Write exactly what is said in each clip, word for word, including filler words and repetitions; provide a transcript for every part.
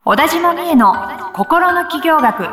小田島美恵の心の起業学。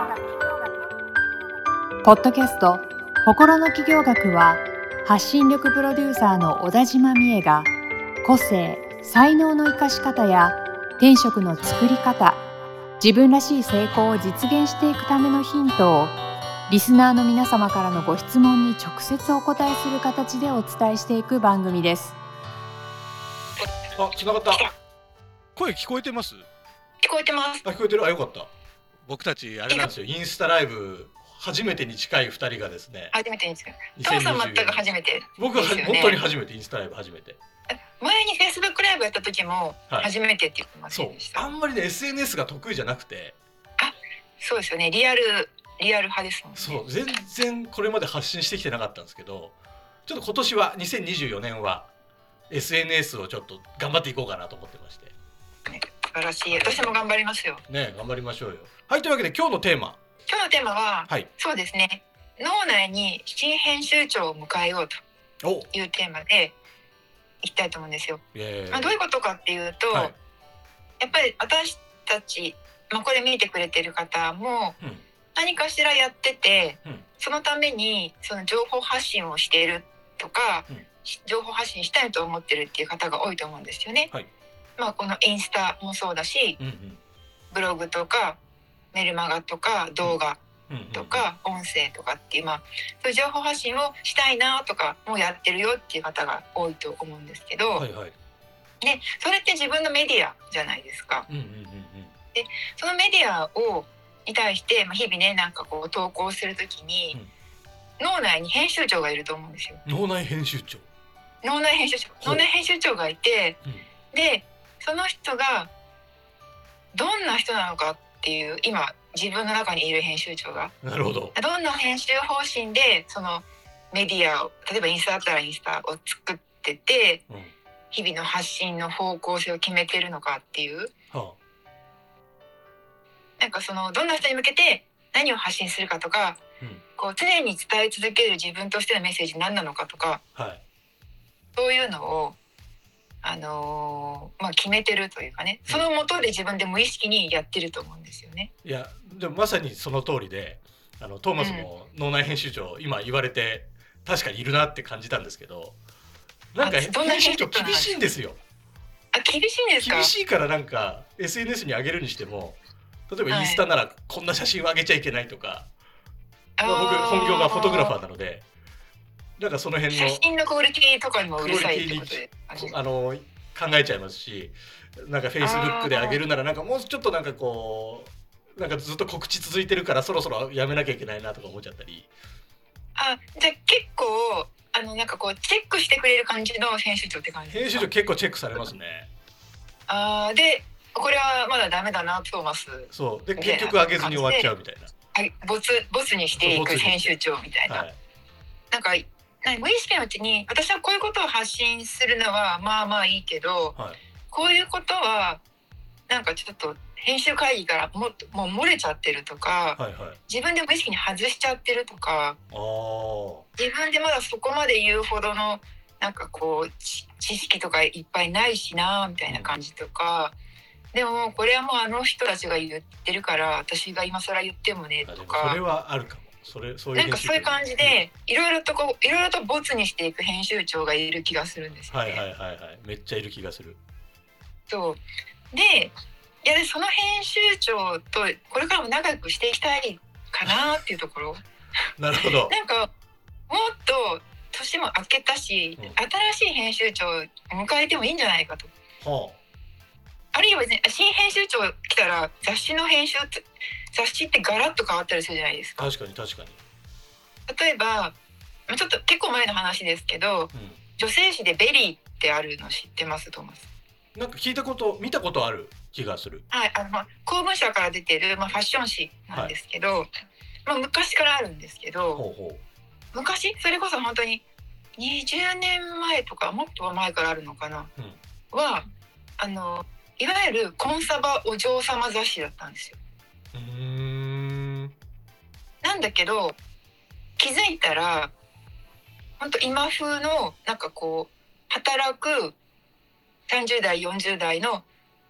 ポッドキャスト心の起業学は、発信力プロデューサーの小田島美恵が個性、才能の生かし方や転職の作り方、自分らしい成功を実現していくためのヒントをリスナーの皆様からのご質問に直接お答えする形でお伝えしていく番組です。 あ、繋がった。声聞こえてます？ 聞こえてます。 あ、聞こえてる。あ、よかった。僕たちあれなんですよ、インスタライブ初めてに近いふたりがですね。 初めてですか？タオさん全く初めてですよね。 僕は本当に初めて、インスタライブ初めて。 前に Facebook ライブやった時も初めてって言ってませんでした？ はい、そう、あんまりね エスエヌエス が得意じゃなくて。 あ、そうですよね。リアルリアル派ですもんね。 そう、全然これまで発信してきてなかったんですけど、ちょっと今年はにせんにじゅうよねんは エスエヌエス をちょっと頑張っていこうかなと思ってまして。 素晴らしい。私も頑張りますよ。 ね、頑張りましょうよ。はい、というわけで今日のテーマ。 今日のテーマは、 はい、そうですね。脳内に新編集長を迎えようというテーマでいきたいと思うんですよ。まあ、どういうことかっていうと、はい、やっぱり私たち、まあ、これ見てくれてる方も何かしらやってて、うん、そのためにその情報発信をしているとか、うん、情報発信したいと思ってるっていう方が多いと思うんですよね。はい、まあ、このインスタもそうだし、うんうん、ブログとかメルマガとか動画とか音声とかっていう、まあ、そういう情報発信をしたいなとかもやってるよっていう方が多いと思うんですけど、はいはい、でそれって自分のメディアじゃないですか。うんうんうんうん、でそのメディアをに対して、まあ、日々ねなんかこう投稿するときに、うん、脳内に編集長がいると思うんですよ。 脳内編集長脳内編集長脳内編集長がいて、うん、でその人がどんな人なのかっていう、今自分の中にいる編集長がなるほどどんな編集方針でそのメディアを、例えばインスタだったらインスタを作ってて、うん、日々の発信の方向性を決めてるのかっていう、はあ、なんかそのどんな人に向けて何を発信するかとか、うん、こう常に伝え続ける自分としてのメッセージ何なのかとか、はい、そういうのをあのーまあ、決めてるというかね、その元で自分で無意識にやってると思うんですよね。 いやでもまさにその通りで、あのトーマスも脳内編集長、うん、今言われて確かにいるなって感じたんですけど、なんか編集長厳しいんですよ。 あ、厳しいんですか？ 厳しいから、なんか エスエヌエス に上げるにしても、例えばインスタならこんな写真を上げちゃいけないとか、はい、まあ、僕本業がフォトグラファーなので、なんかその辺の写真のクオリティとかにもうるさいってことであの考えちゃいますし、なんか Facebook で上げるならなんかもうちょっとなんかこうなんかずっと告知続いてるからそろそろやめなきゃいけないなとか思っちゃったり。 あ、じゃあ結構あのなんかこうチェックしてくれる感じの編集長って感じですか？ 編集長結構チェックされますね。 あ、でこれはまだダメだなトーマス。 そうで結局上げずに終わっちゃうみたいな。 ボツボツにしていく編集長みたいな。はい、なんか無意識のうちに私はこういうことを発信するのはまあまあいいけど、はい、こういうことはなんかちょっと編集会議からももう漏れちゃってるとか、はいはい、自分で無意識に外しちゃってるとか、あ、自分でまだそこまで言うほどのなんかこう知識とかいっぱいないしなみたいな感じとか、うん、でもこれはもうあの人たちが言ってるから私が今更言ってもねとか、 それはあるかも。それそういうなんかそういう感じでいろいろとこういろいろとボツにしていく編集長がいる気がするんですよね。 はいはいはいはい、めっちゃいる気がする。 そうで、いやでその編集長とこれからも仲良くしていきたいかなっていうところなるほど。 なんかもっと年も明けたし、うん、新しい編集長を迎えてもいいんじゃないかと、はあ、あるいは別に新編集長来たら雑誌の編集って雑誌ってガラッと変わったりするじゃないですか。 確かに確かに。 例えばちょっと結構前の話ですけど、うん、女性誌でベリーってあるの知ってます？トーマス。 なんか聞いたこと見たことある気がする。 はい、あの、まあ、公文社から出てる、まあ、ファッション誌なんですけど、はい、まあ、昔からあるんですけど、ほうほう、昔それこそ本当ににじゅうねんまえとかもっと前からあるのかな、うん、はあのいわゆるコンサバお嬢様雑誌だったんですよ。うーん、なんだけど気づいたら本当今風のなんかこう働くさんじゅう代よんじゅう代の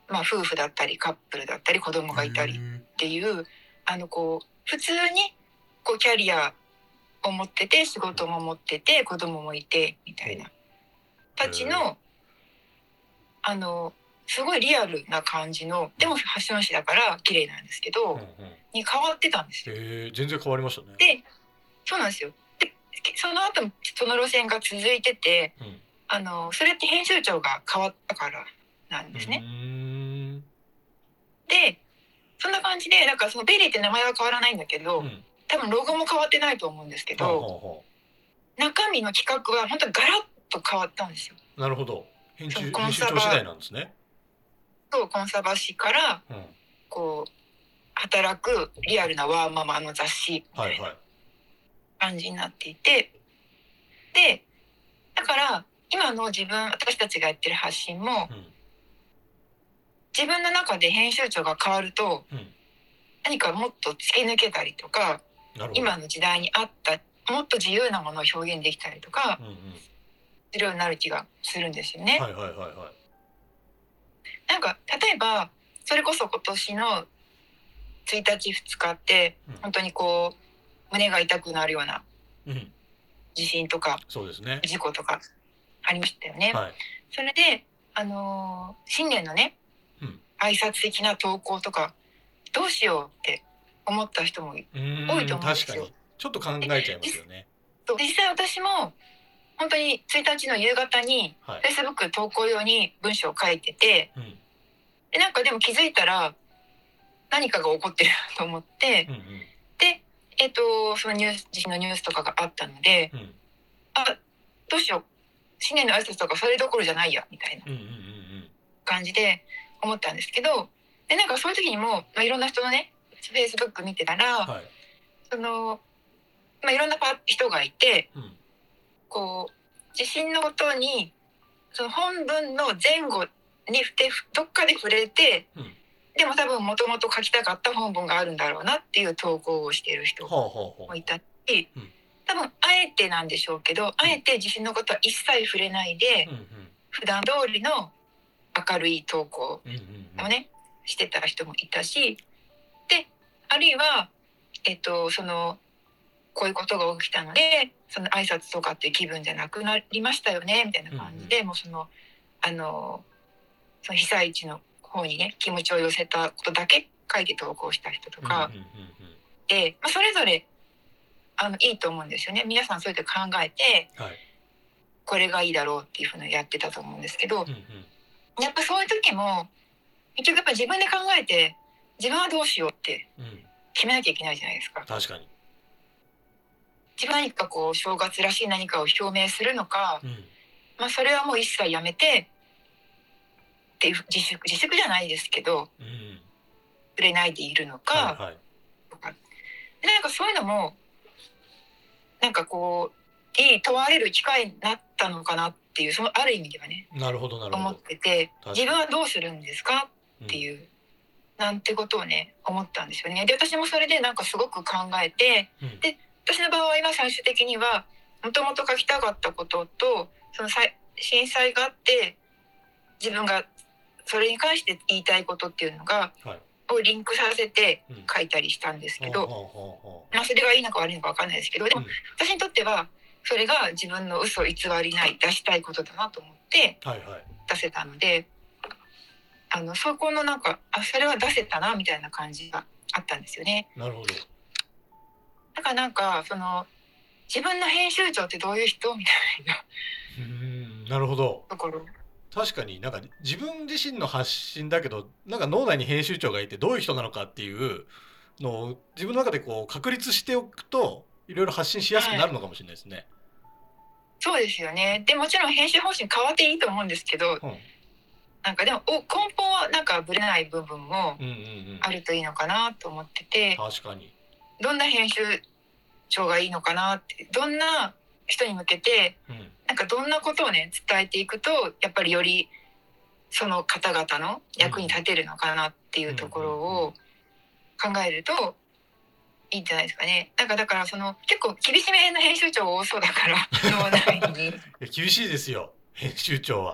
まあ、夫婦だったりカップルだったり子供がいたりっていうあのこう普通にこうキャリアを持ってて仕事も持ってて子供もいてみたいなたちのあのすごいリアルな感じのでもファッション誌だから綺麗なんですけど、うんうん、に変わってたんですよ。 へー、全然変わりましたね。 でそうなんですよ。でその後もその路線が続いてて、うん、あのそれって編集長が変わったからなんですね。うーんでそんな感じでだからそのベリーって名前は変わらないんだけど、うん、多分ロゴも変わってないと思うんですけど、ほうほうほう中身の企画は本当にガラッと変わったんですよ。 なるほど。編集編集長次第なんですね。 そうコンサバ誌から、うん、こう働くリアルなワーママの雑誌みたいな感じになっていて、はいはい、でだから今の自分私たちがやってる発信も、うん、自分の中で編集長が変わると、うん、何かもっと突き抜けたりとか今の時代に合ったもっと自由なものを表現できたりとか、うんうん、するようになる気がするんですよね。はいはいはいはい。なんか例えばそれこそ今年のついたちふつかって、うん、本当にこう胸が痛くなるような地震とか、うん、そうですね、事故とかありましたよね。はい、それで、あのー、新年のね、うん、挨拶的な投稿とかどうしようって思った人も多いと思うんですよ。確かにちょっと考えちゃいますよね。 実際私も本当についたちの夕方に Facebook 投稿用に文章を書いてて、はい、でなんかでも気づいたら何かが起こってると思って、うんうん、で、えーと、そのニュース地震のニュースとかがあったので、うん、あどうしよう新年の挨拶とかそれどころじゃないやみたいな感じで思ったんですけど、でなんかそういう時にも、まあ、いろんな人のね Facebook 見てたら、はい、そのまあ、いろんな人がいて、うん、こう地震のことにその本文の前後にどっかで触れて、うん、でも多分もともと書きたかった本文があるんだろうなっていう投稿をしている人もいたし、うん、多分あえてなんでしょうけど、うん、あえて地震のことは一切触れないで、うんうん、普段通りの明るい投稿をね、うんうんうん、してた人もいたし、であるいは、えっと、そのこういうことが起きたのでその挨拶とかっていう気分じゃなくなりましたよねみたいな感じで、うんうん、もうそのあのその被災地の方にね気持ちを寄せたことだけ書いて投稿した人とか、うんうんうんうん、で、まあ、それぞれあのいいと思うんですよね。皆さんそうやって考えて、はい、これがいいだろうっていうふうにやってたと思うんですけど、うんうん、やっぱそういう時も結局やっぱ自分で考えて自分はどうしようって決めなきゃいけないじゃないですか。 確かに自分は何かこう正月らしい何かを表明するのか、うん、まあ、それはもう一切やめてっていう自粛自粛じゃないですけど、うん、触れないでいるのか、はいはい、とかでなんかそういうのもなんかこういい問われる機会になったのかなっていうそのある意味ではねなるほどなるほど思ってて自分はどうするんですかっていう、うん、なんてことをね思ったんですよね。で私もそれでなんかすごく考えて、うん、で私の場合は最終的にはもともと書きたかったこととその震災があって自分がそれに関して言いたいことっていうのが、はい、をリンクさせて書いたりしたんですけど、うんまあ、それがいいのか悪いのか分かんないですけどでも、うん、私にとってはそれが自分の嘘偽りない出したいことだなと思って出せたので、はいはい、あのそこのなんかあそれは出せたなみたいな感じがあったんですよね。 なるほど。 だからなんかその自分の編集長ってどういう人みたいなうーんなるほどところ確かになんか自分自身の発信だけどなんか脳内に編集長がいてどういう人なのかっていうのを自分の中でこう確立しておくといろいろ発信しやすくなるのかもしれないですね、はい、 そうですよね。でもちろん編集方針変わっていいと思うんですけど、うん、なんかでも根本はなんかぶれない部分もあるといいのかなと思ってて、 うんうんうん、確かにどんな編集長がいいのかなってどんな人に向けて、うん、なんかどんなことをね伝えていくとやっぱりよりその方々の役に立てるのかなっていうところを考えるといいんじゃないですかね。なんかだからその結構厳しめの編集長多そうだから脳内に厳しいですよ編集長は。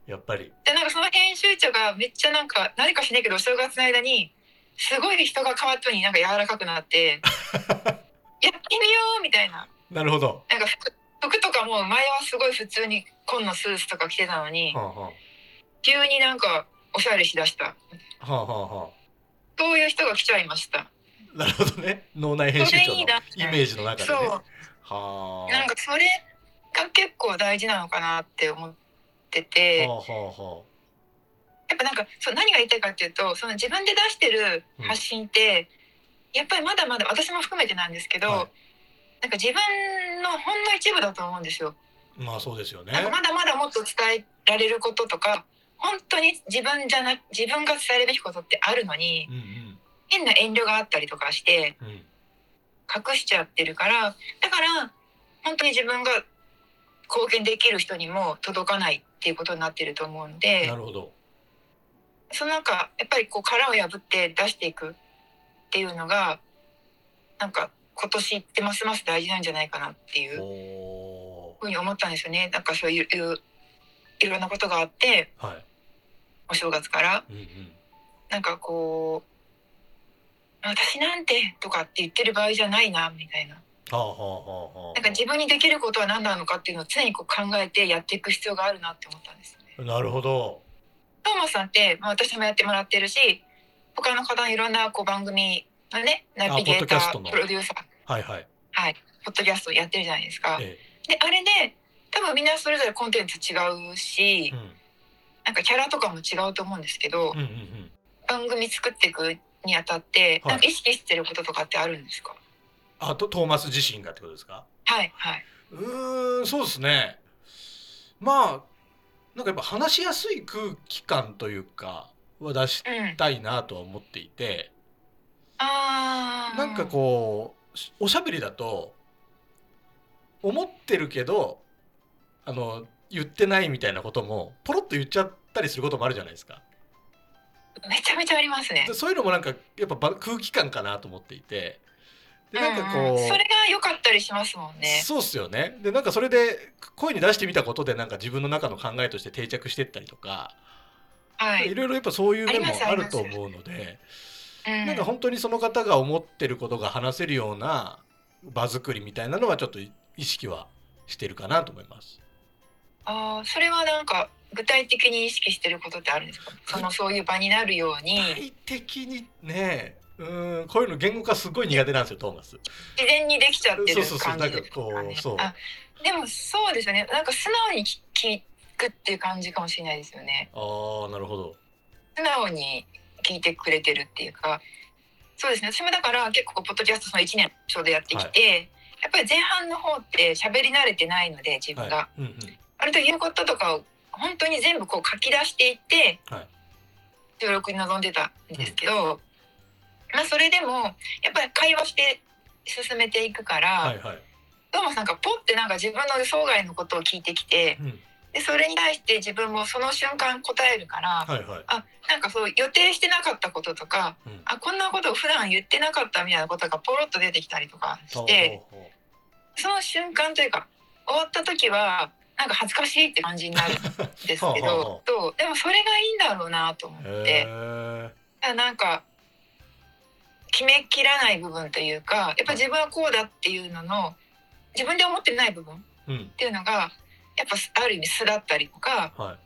やっぱりでなんかその編集長がめっちゃなんか何かしないけどお正月の間にすごい人が変わったのになんか柔らかくなってやってみようみたいな。 なるほど。 なんか 服, 服とかも前はすごい普通に紺のスーツとか着てたのに、はあはあ、急になんかおしゃれしだした、はあはあはあ、そういう人が来ちゃいました。 なるほどね。脳内編集長のイメージの中でね。そう。 はあ。なんかそれが結構大事なのかなって思ってて、はあはあはあ、やっぱなんかそう何が言いたいかっていうと、その自分で出してる発信って、うん、やっぱりまだまだ私も含めてなんですけど、はい、なんか自分のほんの一部だと思うんですよ。 まあそうですよね。 なんかまだまだもっと伝えられることとか、本当に自分じゃな自分が伝えるべきことってあるのに、うんうん、変な遠慮があったりとかして、うん、隠しちゃってるから、だから本当に自分が貢献できる人にも届かないっていうことになってると思うんで。 なるほど。 そのなんかやっぱりこう殻を破って出していくっていうのがなんか今年ってますます大事なんじゃないかなっていうふうに思ったんですよね。なんかそういういろんなことがあって、はい、お正月から、うんうん、なんかこう私なんてとかって言ってる場合じゃないなみたいな。はあはあはあ、なんか自分にできることは何なのかっていうのを常にこう考えてやっていく必要があるなって思ったんですよね。 なるほど。 トーマスさんって、まあ、私もやってもらってるし、他の方のいろんなこう番組のね、ナビゲーター、プロデューサー、 はいはい、 はい、ポッドキャストやってるじゃないですか。ええ、で、あれで多分みんなそれぞれコンテンツ違うし、うん、なんかキャラとかも違うと思うんですけど、うんうんうん、番組作っていくにあたって、はい、なんか意識してることとかってあるんですか？ あとトーマス自身がってことですか？ はいはい。 うーん、そうですね。まあなんかやっぱ話しやすい空気感というかは出したいなとは思っていて、うん、あなんかこうおしゃべりだと思ってるけどあの言ってないみたいなこともポロッと言っちゃったりすることもあるじゃないですか。 めちゃめちゃありますね。 そういうのもなんかやっぱ空気感かなと思っていて、 でなんかこう、うんうん、それが良かったりしますもんね。 そうっすよね。でなんかそれで声に出してみたことでなんか自分の中の考えとして定着していったりとか、はい、いろいろやっぱそういう面もあると思うので、うん、なんか本当にその方が思ってることが話せるような場作りみたいなのはちょっと意識はしてるかなと思います。 ああ、それはなんか具体的に意識してることってあるんですか？そのそういう場になるように。 具体的にね。うん、こういうの言語化すごい苦手なんですよ、トーマス。 自然にできちゃってる感じですかね。そうそうそう、なんかこう、そう。あ、でもそうですよね。なんか素直に聞くっていう感じかもしれないですよね。 ああ、なるほど。 素直に聞いてくれてるっていうか、そうですね。私もだから結構ポッドキャストそのいちねんちょうどやってきて、はい、やっぱり前半の方って喋り慣れてないので自分が、はいうんうん、あると言うこととかを本当に全部こう書き出していって、はい、収録に臨んでたんですけど。うんまあ、それでもやっぱり会話して進めていくから、はいはい、どうもなんかポッてなんか自分の予想外のことを聞いてきて、うん、でそれに対して自分もその瞬間答えるから、はいはい、あなんかそう予定してなかったこととか、うん、あこんなことを普段言ってなかったみたいなことがポロッと出てきたりとかしてその瞬間というか終わった時はなんか恥ずかしいって感じになるんですけどとでもそれがいいんだろうなと思ってなんか決めきらない部分というかやっぱ自分はこうだっていうのの自分で思ってない部分っていうのが、うん、やっぱある意味素だったりとか、はい、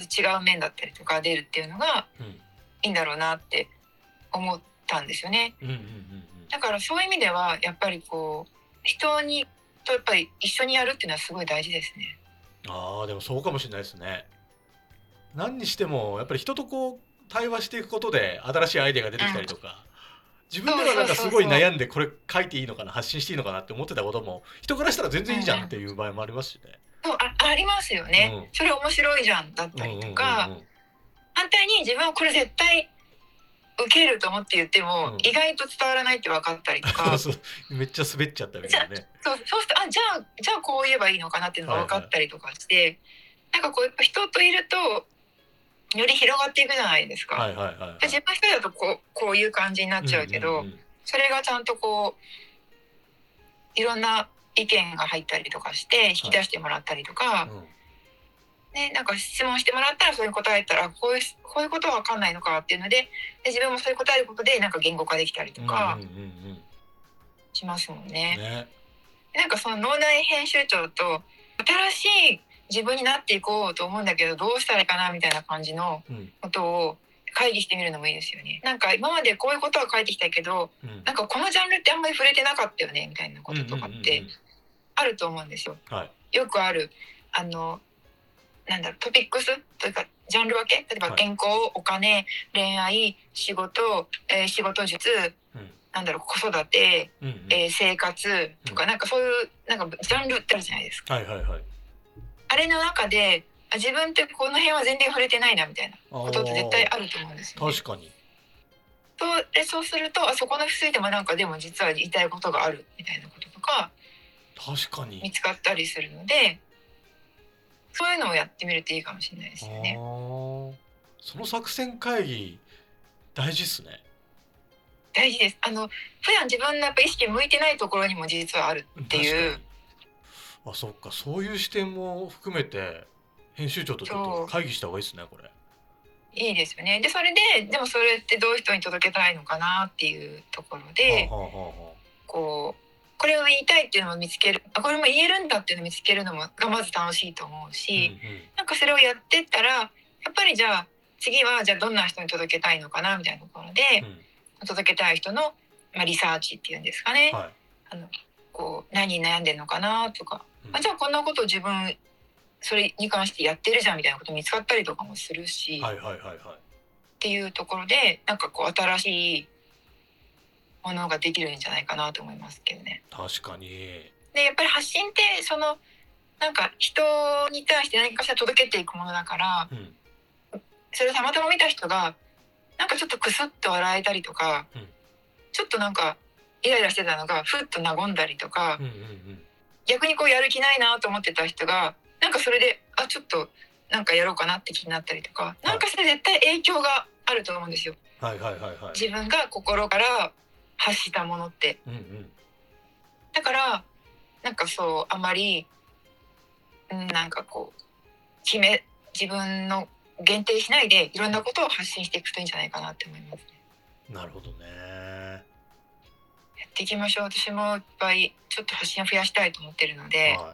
ちょっと違う面だったりとか出るっていうのがいいんだろうなって思ったんですよね、うんうんうんうん、だからそういう意味ではやっぱりこう人にとやっぱり一緒にやるっていうのはすごい大事ですね。 あーでもそうかもしれないですね。何にしてもやっぱり人とこう対話していくことで新しいアイデアが出てきたりとか、うん自分ではなんかすごい悩んでこれ書いていいのかな発信していいのかなって思ってたことも人からしたら全然いいじゃんっていう場合もありますしね、 うん、あ, ありますよね、うん、それ面白いじゃんだったりとか、うんうんうんうん、反対に自分はこれ絶対受けると思って言っても、うん、意外と伝わらないって分かったりとかめっちゃ滑っちゃったみたいなねそうそうするとあじゃあじゃあこう言えばいいのかなっていうのが分かったりとかして、はいはい、なんかこうやっぱ人といるとより広がっていくじゃないですか、はいはいはいはい、自分一人だとこう、こういう感じになっちゃうけど、うんうんうん、それがちゃんとこういろんな意見が入ったりとかして引き出してもらったりとか、はいうん、 ね、なんか質問してもらったらそれに答えたらこういうこういうことは分かんないのかっていうので、で自分もそれ答えることでなんか言語化できたりとかしますもんね。 うんうんうんね、 なんかその脳内編集長と新しい自分になっていこうと思うんだけどどうしたらいいかなみたいな感じのことを会議してみるのもいいですよね。なんか今までこういうことは書いてきたけど、うん、なんかこのジャンルってあんまり触れてなかったよねみたいなこととかってあると思うんですよ。 はい、 よくあるあのなんだろうトピックスというかジャンル分け、例えば健康、はい、お金、恋愛、仕事、えー、仕事術、うん、なんだろう子育て、うんうん、えー、生活とか、うん、なんかそういうなんかジャンルってあるじゃないですか。 はいはいはい、 あれの中で自分ってこの辺は全然触れてないなみたいなことって絶対あると思うんですよね。 確かに。 そうでそうするとあそこのについてもなんかでも実は言いたいことがあるみたいなこととか確かに見つかったりするので。そういうのをやってみるといいかもしれないですよね。 あその作戦会議大事っすね。 大事です。あの普段自分のやっぱ意識向いてないところにも実はあるっていう。 あ、そっか、そういう視点も含めて編集長とちょっと会議した方がいいですねこれ。 いいですよね。でそれででもそれってどういう人に届けたいのかなっていうところで、はあはあはあ、こうこれを言いたいっていうのを見つける、あこれも言えるんだっていうのを見つけるのもがまず楽しいと思うし、うんうん、なんかそれをやってったらやっぱりじゃあ次はじゃあどんな人に届けたいのかなみたいなところで、うん、届けたい人の、まあ、リサーチっていうんですかね、はい、あのこう何に悩んでるのかなとか、うん、あじゃあこんなことを自分それに関してやってるじゃんみたいなこと見つかったりとかもするし、 はいはいはいはい、 っていうところでなんかこう新しいものができるんじゃないかなと思いますけどね。 確かに。 でやっぱり発信ってそのなんか人に対して何かしら届けていくものだから、うん、それをたまたま見た人がなんかちょっとクスッと笑えたりとか、うん、ちょっとなんかイライラしてたのがふっと和んだりとか、うんうんうん、逆にこうやる気ないなと思ってた人がなんかそれであちょっとなんかやろうかなって気になったりとか、はい、なんかそれ絶対影響があると思うんですよ。 はいはいはいはい、 自分が心から発したものって、うんうん、だからなんかそうあまり、うん、なんかこう決め自分の限定しないでいろんなことを発信していくといいんじゃないかなって思いますね。 なるほどね。 やっていきましょう。私もいっぱいちょっと発信を増やしたいと思ってるので、はい、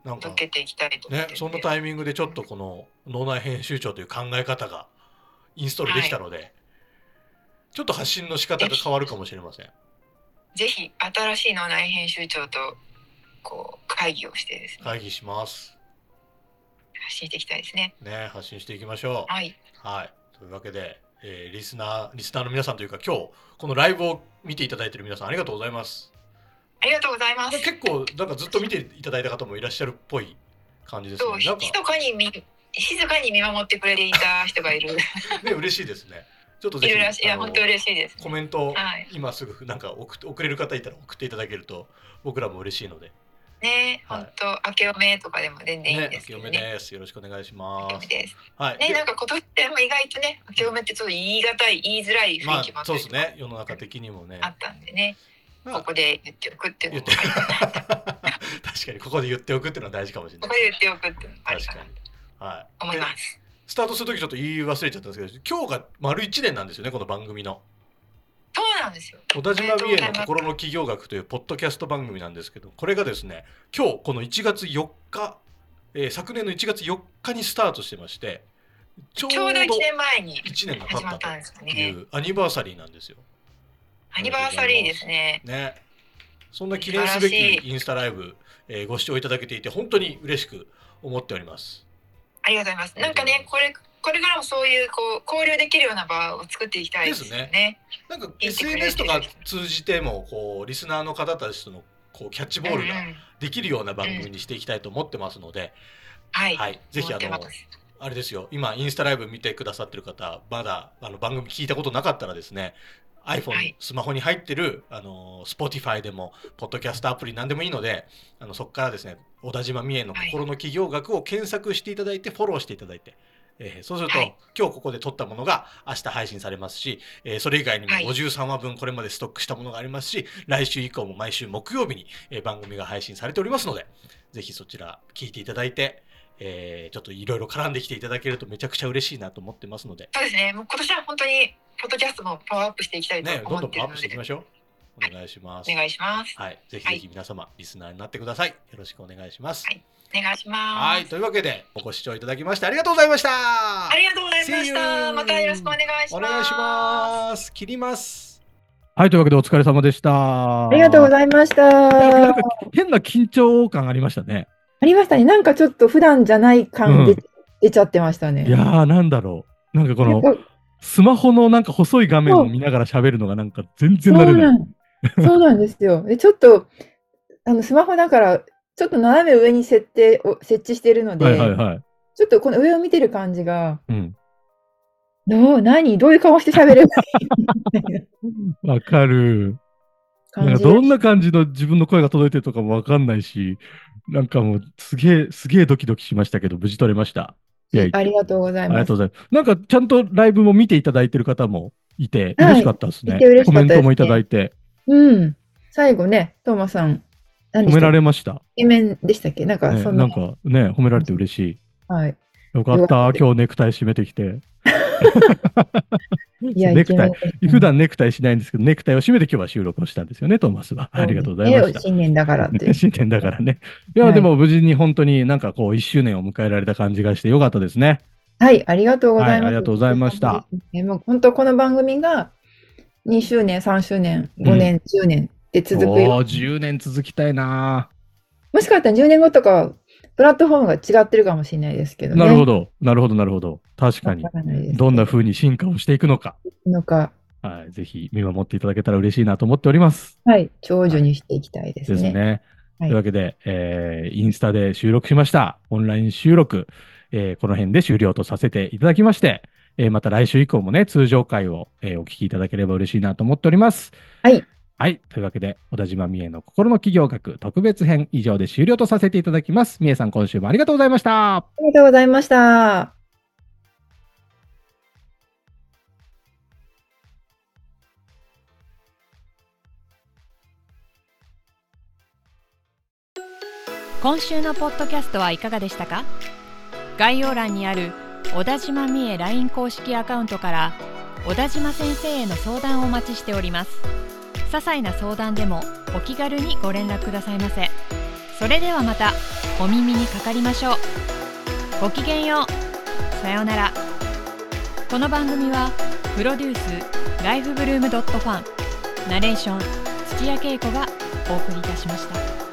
なんか届けていきたいと思ってるので、 ね、そんなタイミングでちょっとこの脳内編集長という考え方がインストールできたので、はい、ちょっと発信の仕方が変わるかもしれません。 ぜひ新しい脳内編集長とこう会議をしてですね。 会議します。 発信していきたいですね。 ね、発信していきましょう。 はい。 はい。というわけで、えー、リスナーリスナーの皆さんというか今日このライブを見ていただいている皆さんありがとうございます。 ありがとうございます。 結構なんかずっと見ていただいた方もいらっしゃるっぽい感じですね。 そう、ひそかに見静かに見守ってくれていた人がいる。 ね、嬉しいですね。ちょっとぜひいるらしい。いや本当嬉しいです、ね。 コメント、はい、今すぐなんか送って送れる方いたら送っていただけると僕らも嬉しいので。 ね、はい、本当明けおめとかでも全然いいんですけどね。 ね、明けおめです。よろしくお願いします。 明けおめです。 はい。 ね、なんか今年って意外とね、明けおめってちょっと言い難い、言いづらい雰囲気もあったりとか、まあ、 そうですね。世の中的にもね。 あったんでね。ここで言っておくっていうのもありかな。確かにここで言っておくっていうのは大事かもしれない、 ね。ここで言っておくっていうのもありかな。 確かに。はい。 思います。 スタートするときちょっと言い忘れちゃったんですけど、今日が丸いちねんなんですよね、この番組の。 そうなんですよ。 小田島美恵の心の起業学というポッドキャスト番組なんですけど、これがですね、今日このいちがつよっか、えー、昨年のいちがつよっかにスタートしてまして、 ちょうどいちねんまえにいちねんが経ったというアニバーサリーなんですよ。 アニバーサリーですね。 ね。そんな記念すべきインスタライブ、えー、ご視聴いただけていて本当に嬉しく思っております。 ありがとうございます。なんかね、これこれからもそういうこう交流できるような場を作っていきたいですね。ですね。 なんか エスエヌエス とか通じてもこうリスナーの方たちとのこうキャッチボールができるような番組にしていきたいと思ってますので、うんうんはい、 はい、ぜひあのあれですよ。今インスタライブ見てくださってる方、まだあの番組聞いたことなかったらですね。iPhone、はい、スマホに入ってるあの Spotify でもポッドキャストアプリ何でもいいので、あのそこからですね小田島美恵の心の起業学を検索していただいてフォローしていただいて、えー、そうすると、はい、今日ここで撮ったものが明日配信されますし、えー、それ以外にもごじゅうさんわぶんこれまでストックしたものがありますし、来週以降も毎週木曜日に、えー、番組が配信されておりますので、ぜひそちら聞いていただいて、 えー、ちょっといろいろ絡んできていただけるとめちゃくちゃ嬉しいなと思ってますので。 そうですね。もう今年は本当にポッドキャストもパワーアップしていきたいと思っているので、ね、 どんどんパワーアップしていきましょう。お願いします。 お願いします。 はい、ぜひぜひ皆様、はい、リスナーになってください。よろしくお願いします。 はい、お願いします。 はい、というわけでご視聴いただきましてありがとうございました。 ありがとうございました。またよろしくお願いします。 お願いします。切ります。 はい、というわけでお疲れ様でした。 ありがとうございました。 なんか変な緊張感ありましたね。 ありましたね。なんかちょっと普段じゃない感で、うん、出ちゃってましたね。 いやー、なんだろう。なんかこのスマホのなんか細い画面を見ながら喋るのがなんか全然慣れない。 そうなんですよ。でちょっとあのスマホだからちょっと斜め上に設定を設置しているので、はいはいはい、ちょっとこの上を見てる感じが、うん、どう何どういう顔して喋ればいいわかる。なんかどんな感じの自分の声が届いてるとかもわかんないし、なんかもうすげえすげえドキドキしましたけど無事撮れました。 いやありがとうございます。 ありがとうございます。なんかちゃんとライブも見ていただいてる方もいて、 はい、 嬉しかったですね。 嬉しコメントもいただいて。 うん。最後ね、トーマさん、 褒められました。 イケメンでしたっけ？なんかそんな、ね、なんかね、褒められて嬉しい。 はい。 よかった、今日ネクタイ締めてきて。 いやネクタイ、普段ネクタイしないんですけど、ネクタイを締めて今日は収録をしたんですよね、トーマスは。ありがとうございました。 新年だからって。 新年だからね。いや、はい、でも無事に本当になんかこういっしゅうねんを迎えられた感じがしてよかったですね。 はい、ありがとうございます。はい、 ありがとうございました。 えもう本当この番組がにしゅうねん、さんしゅうねん、ごねん、うん、じゅうねんって続くよ。 おー、じゅうねん続きたいな。 もしかしたらじゅうねんごとかプラットフォームが違ってるかもしれないですけどね。 なるほど、なるほど、なるほど。確かに。どんな風に進化をしていくのか。 のか。 はい、ぜひ見守っていただけたら嬉しいなと思っております。 はい、長寿にしていきたいですね。 ですね。はい、というわけで、えー、インスタで収録しました。オンライン収録、えー、この辺で終了とさせていただきまして、えー、また来週以降もね、通常回を、えー、お聞きいただければ嬉しいなと思っております。 はい。 はい。というわけで、小田島美恵の心の企業学特別編以上で終了とさせていただきます。美恵さん、今週もありがとうございました。 ありがとうございました。 今週のポッドキャストはいかがでしたか？概要欄にある小田島美恵 ライン 公式アカウントから小田島先生への相談をお待ちしております。些細な相談でもお気軽にご連絡くださいませ。それではまたお耳にかかりましょう。ごきげんよう。さようなら。この番組はプロデュースライフブルームドットファン、ナレーション土屋恵子がお送りいたしました。